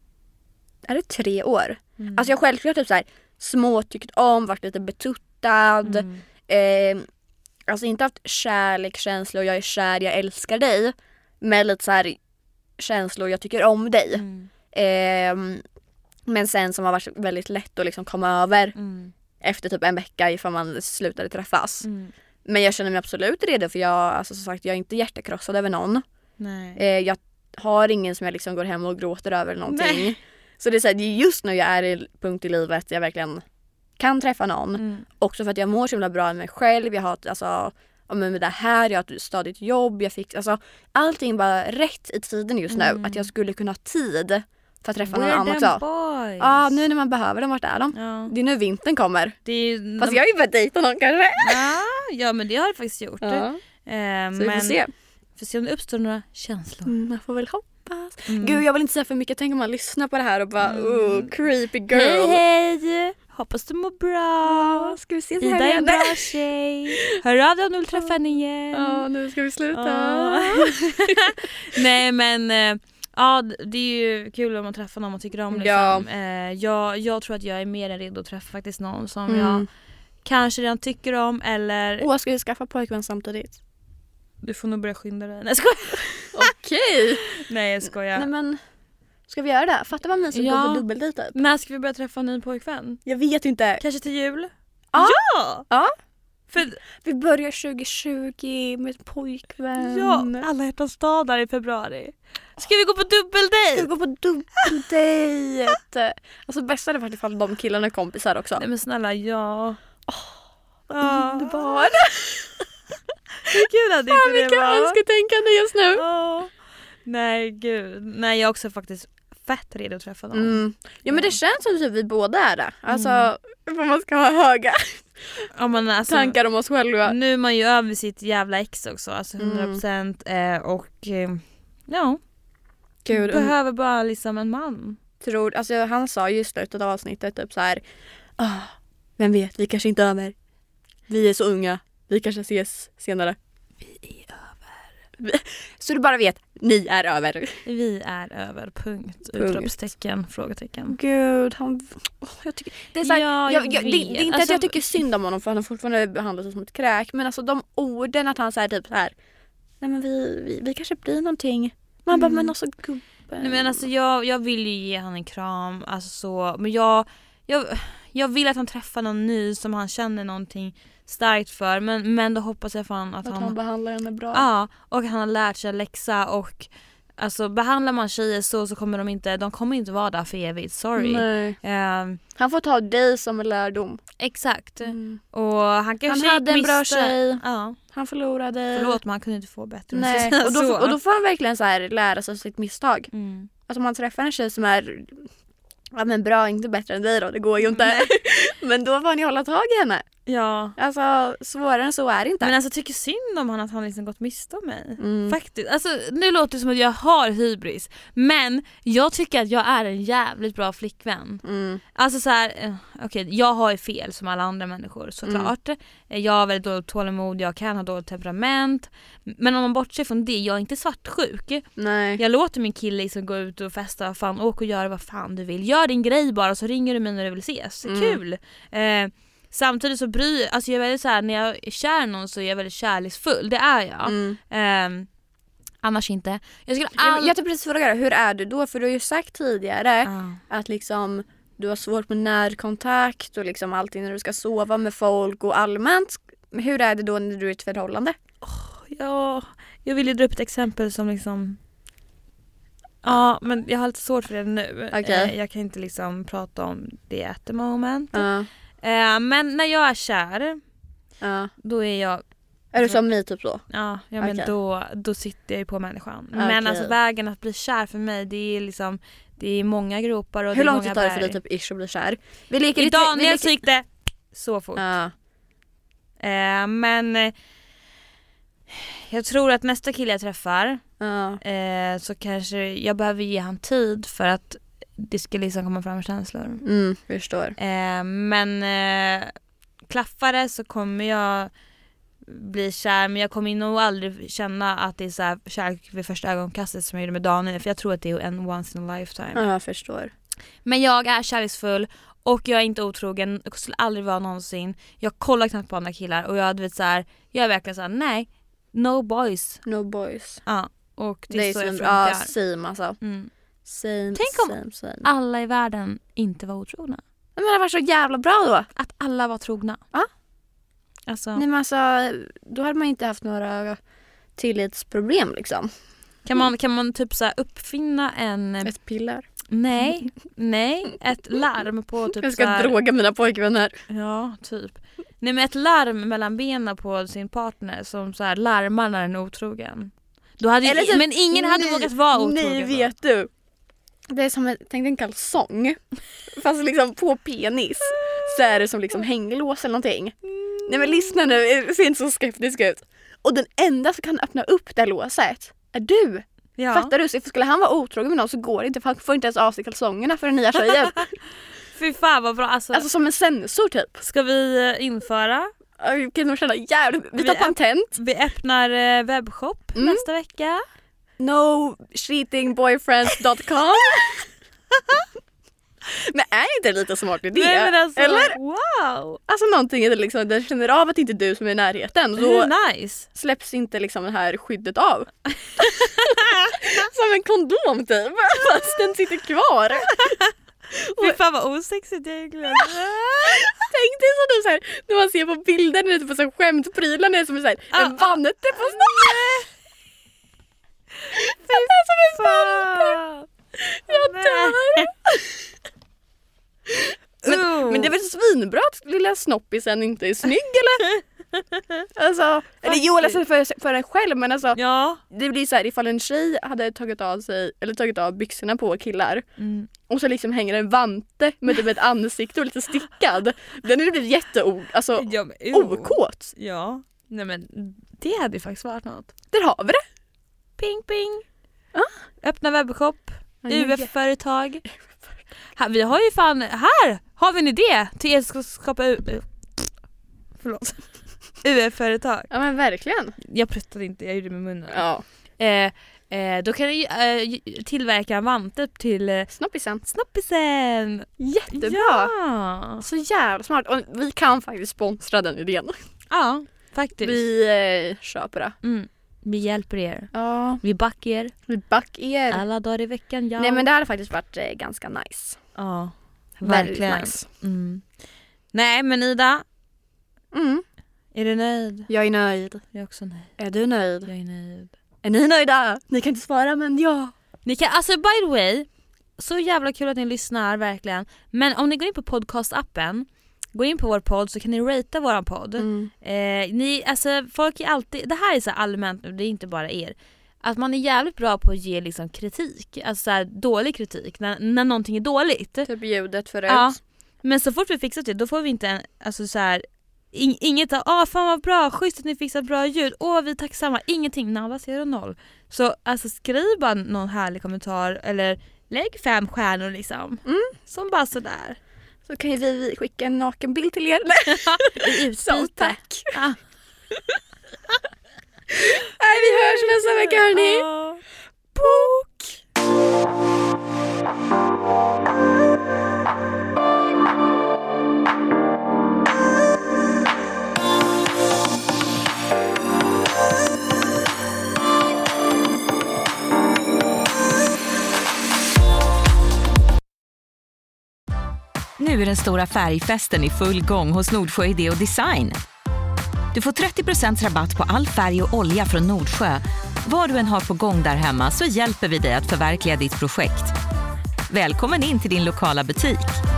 är det tre år? Mm. Alltså jag har självklart typ så här små tyckt om, varit lite betuttad. Mm. Eh, alltså inte haft kärlekskänslor, jag är kär, jag älskar dig. Men lite så här känslor, jag tycker om dig. Mm. Eh, men sen som har varit väldigt lätt att liksom komma över. Mm. Efter typ en vecka ifall man slutade träffas. Mm. Men jag känner mig absolut redo. För jag, alltså, som sagt, jag är inte hjärtekrossad över någon. Nej. Eh, jag har ingen som jag liksom går hem och gråter över någonting. Nej. Så det är, så här, det är just nu jag är i punkt i livet jag verkligen kan träffa någon. Mm. Också för att jag mår så himla bra med mig själv. Jag har alltså, med det här, jag har ett stadigt jobb. Jag fick, alltså, allting bara rätt i tiden just nu. Mm. Att jag skulle kunna ha tid för att träffa någon annan också. Ja, ah, nu när man behöver dem, vart är de? Ja. Det är nu vintern kommer. Det är, Fast de... jag har ju börjat dejta någon kanske. Ja, ja, men det har jag faktiskt gjort. Ja. Eh, Så vi får se. Får se om det uppstår några känslor. Mm, jag får väl hoppas. Mm. Gud, jag vill inte säga för mycket. Tänk om man lyssnar på det här och bara, mm. oh, creepy girl. Hej, hej. Hoppas du mår bra. Ja, ska vi se så Ida här är en bra tjej. Hör av dig om du vill träffa henne igen. Ja, nu ska vi sluta. Ja. Nej, men... Ja, det är ju kul om man träffar någon man tycker om liksom. Ja. eh, jag, jag tror att jag är mer än redo att träffa faktiskt någon som mm. jag kanske redan tycker om eller... Åh, ska vi skaffa pojkvän samtidigt? Du får nog börja skynda dig. Nej, jag skojar. Okej. Nej, jag skojar. Nej, men ska vi göra det? Fatta vad mysigt ja. gå på dubbeldejt typ. När ska vi börja träffa en ny pojkvän? Jag vet inte. Kanske till jul? Ja! Ja! ja. För... Vi börjar tjugo tjugo med ett pojkvän. Ja, alla hjärtans dag där i februari. Ska vi gå på dubbeldejt? Ska vi gå på dubbeldejt? Alltså bäst är det faktiskt ifall de killarna är kompisar också. Nej men snälla, ja. Åh, oh, underbar. Hur kul att det inte det var. Vilka önsketänkande just nu. Oh. Nej, gud. Nej, jag är också faktiskt fett redo att träffa någon. Mm. Ja men det känns som att vi båda är det. Alltså mm. man ska ha höga ja, men alltså, tankar om oss själva. Nu är man ju över sitt jävla ex också. Alltså hundra procent. Mm. Eh, och eh, ja. Gud, behöver um, bara liksom en man. Tror, alltså, han sa ju i slutet av avsnittet typ så här. Oh, vem vet, vi kanske inte är över. Vi är så unga. Vi kanske ses senare. Vi är över. Vi, så du bara vet, ni är över. Vi är över, punkt. punkt. Utropstecken, frågetecken. Gud, han... Oh, jag tycker, det, är så här, ja, jag, jag, det, det är inte alltså, att jag tycker synd om honom för han har fortfarande behandlat som ett kräk. Men alltså de orden att han säger typ så här. Nej men vi, vi, vi kanske blir någonting. Man mm. bara, men alltså gubben. Nej men alltså jag, jag vill ju ge han en kram. Alltså så, men jag, jag, jag vill att han träffar någon ny som han känner någonting starkt för. Men, men då hoppas jag fan att, att han... han behandlar henne bra. Ja, och att han har lärt sig läxa. Och alltså behandlar man tjejer så så kommer de inte, de kommer inte vara där för evigt. Sorry. Um, han får ta dig som en lärdom. Exakt. Mm. Och han kanske han hade en miste, bra tjej. Ja. Han förlorade. Förlåt, man kunde inte få bättre. Nej. Och, då, och då får han verkligen så här lära sig sitt misstag. Mm. Alltså om man träffar en tjej som är ja, men bra, inte bättre än dig då. Det går ju inte. Men då får ni hålla tag i henne. Ja. Alltså svårare än så är det inte. Men alltså tycker synd om han att han liksom gått miste om mig. Mm. Faktiskt. Alltså nu låter det som att jag har hybris. Men jag tycker att jag är en jävligt bra flickvän. Mm. Alltså så här, okej, okay, jag har ju fel som alla andra människor såklart. Mm. Jag har väldigt dåligt tålamod, jag kan ha dåligt temperament. Men om man bortser från det, jag är inte svartsjuk. Nej. Jag låter min kille liksom gå ut och festa, fan, åk och gör vad fan du vill. Gör din grej bara, så ringer du mig när du vill ses. Mm. Kul. Eh, Samtidigt så bryr, alltså jag är väldigt så här, när jag är kär någon så är jag väldigt kärleksfull. Det är jag. Mm. Um, annars inte. Jag skulle all... Jag, jag tänkte precis fråga dig, hur är du då? För du har ju sagt tidigare uh. att liksom du har svårt med närkontakt och liksom allting när du ska sova med folk och allmänt. Hur är det då när du är i ett förhållande? Oh, ja, jag vill ju dra upp ett exempel som liksom... Ja, men jag har lite svårt för det nu. Okay. Uh, jag kan inte liksom prata om det at the moment. Uh. Uh, men när jag är kär, uh. då är jag... Är du som mig typ då? Ja, ja men okay. då, då sitter jag ju på människan. Okay. Men alltså vägen att bli kär för mig, det är liksom, det är många gropar och hur det är långt många tar det berg. för dig typ ish att bli kär? Vi leker I lite, Daniel vi leker... så gick det så fort. Uh. Uh, men uh, jag tror att nästa kille jag träffar uh. uh, så kanske jag behöver ge han tid för att det ska liksom komma fram känslor. Mm, förstår. Uh, men uh, klaffar det så kommer jag bli kär, men jag kommer nog aldrig känna att det är så här kärlek vid första ögonkastet som jag gjorde med Daniel, för jag tror att det är en once in a lifetime. Ja, jag förstår. Men jag är kärleksfull och jag är inte otrogen, jag skulle aldrig vara någonsin. Jag kollar knappt på andra killar och jag vet så här, jag är verkligen så här, nej, no boys. No boys. Ja, och det, det är är så jag som, funkar. ja, same alltså. Mm. Same, Tänk om same, same. alla i världen inte var otrogna. Men det var så jävla bra då. Att alla var trogna. Ja. Alltså. Nej men alltså, då hade man inte haft några tillitsproblem liksom. Kan man, kan man typ så här uppfinna en... Ett piller? Nej, nej. Ett larm på typ jag ska så här... droga mina pojkvänner. Ja, typ. Nej men ett larm mellan benen på sin partner som så här larmar när den är otrogen. Då hade ju, typ, men ingen hade nej, vågat vara otrogen. Nej, vet du. Det är som en, tänk en kalsong. Fast liksom på penis så är det som liksom hänglås eller någonting. Nej men lyssna nu, det ser inte så skeptisk ut. Och den enda som kan öppna upp det låset är du. Ja. Fattar du? Så skulle han vara otrogen med någon så går det inte, för han får inte ens av sig kalsongerna för den nya tjejen. Fy fan vad bra. Alltså, alltså som en sensor typ. Ska vi införa? Jag kan nog känna jävligt. Vi tar vi patent. Vi öppnar webbshop mm. nästa vecka. no cheating boyfriends dot com. Men är inte det lite smart idé? Nej, men alltså, eller? Wow. Alltså någonting är det liksom, den känner av att inte du som är i närheten. Så nice. släpps inte liksom det här skyddet av. Som en kondom typ. Fast den sitter kvar. Fy fan vad osexigt egentligen. Tänk dig så du så här, när man ser på bilder när det är på så här skämtprylar när det är som en, så här, ah, en vannete på snart. Det är som en vante. Jag dör. Men, uh. men det är väl svinbra att lilla snoppisen inte är snygg eller? Alltså, eller jo, alltså för, för en själv, men alltså ja. det blir så här, ifall en tjej hade tagit av sig eller tagit av byxorna på killar mm. och så liksom hänger en vante med typ ett ansikte och lite stickad. Den hade blivit jätte alltså, ja, okåt. Ja, nej men det hade ju faktiskt varit något. Där har vi det. Ping ping. Ah. Öppna webbshop. U F-företag. Här, vi har ju fan, här har vi en idé till er som ska skapa U F. Förlåt. U F-företag. Ja men verkligen. Jag pruttade inte, jag gjorde det med munnen. Ja. Eh, eh, då kan ni eh, tillverka en vante till eh, Snoppisen. Snoppisen. Jättebra. Ja. Så jävla smart. Och vi kan faktiskt sponsra den idén. Ja, faktiskt. Vi eh, köper det. Mm. Vi hjälper er. Ja. Vi backar er. Vi backar er. Alla dagar i veckan, ja. Nej men det hade faktiskt varit eh, ganska nice. Ja, verkligen. verkligen. Nice. Mm. Nej men Ida, Mm. är du nöjd? Jag är nöjd. Jag är också nöjd. Är du nöjd? Jag är nöjd. Är ni nöjda? Ni kan inte svara men ja. Ni kan, alltså by the way, så jävla kul att ni lyssnar verkligen. Men om ni går in på podcastappen, gå in på vår podd så kan ni ratea våran podd. Mm. Eh, ni, alltså folk är alltid, det här är så allmänt nu, det är inte bara er. Att man är jävligt bra på att ge liksom kritik, alltså så här, dålig kritik när, när någonting är dåligt. Typ ljudet förut. Ja. Men så fort vi fixat det, då får vi inte en, alltså så här, in, inget av, ah fan vad bra, schysst att ni fixat bra ljud, åh vi är tacksamma, ingenting, nada, zero, noll. Så alltså skriv bara någon härlig kommentar eller lägg fem stjärnor liksom. Mm. Som bara sådär. Så kan ju vi skicka en nakenbild till er. I utbyte. Så tack. Ja. Nej, vi hörs nästa vecka hörni. Ja. Bok! Nu är den stora färgfesten i full gång hos Nordsjö Idé och Design. Du får trettio procent rabatt på all färg och olja från Nordsjö. Vad du än har på gång där hemma så hjälper vi dig att förverkliga ditt projekt. Välkommen in till din lokala butik.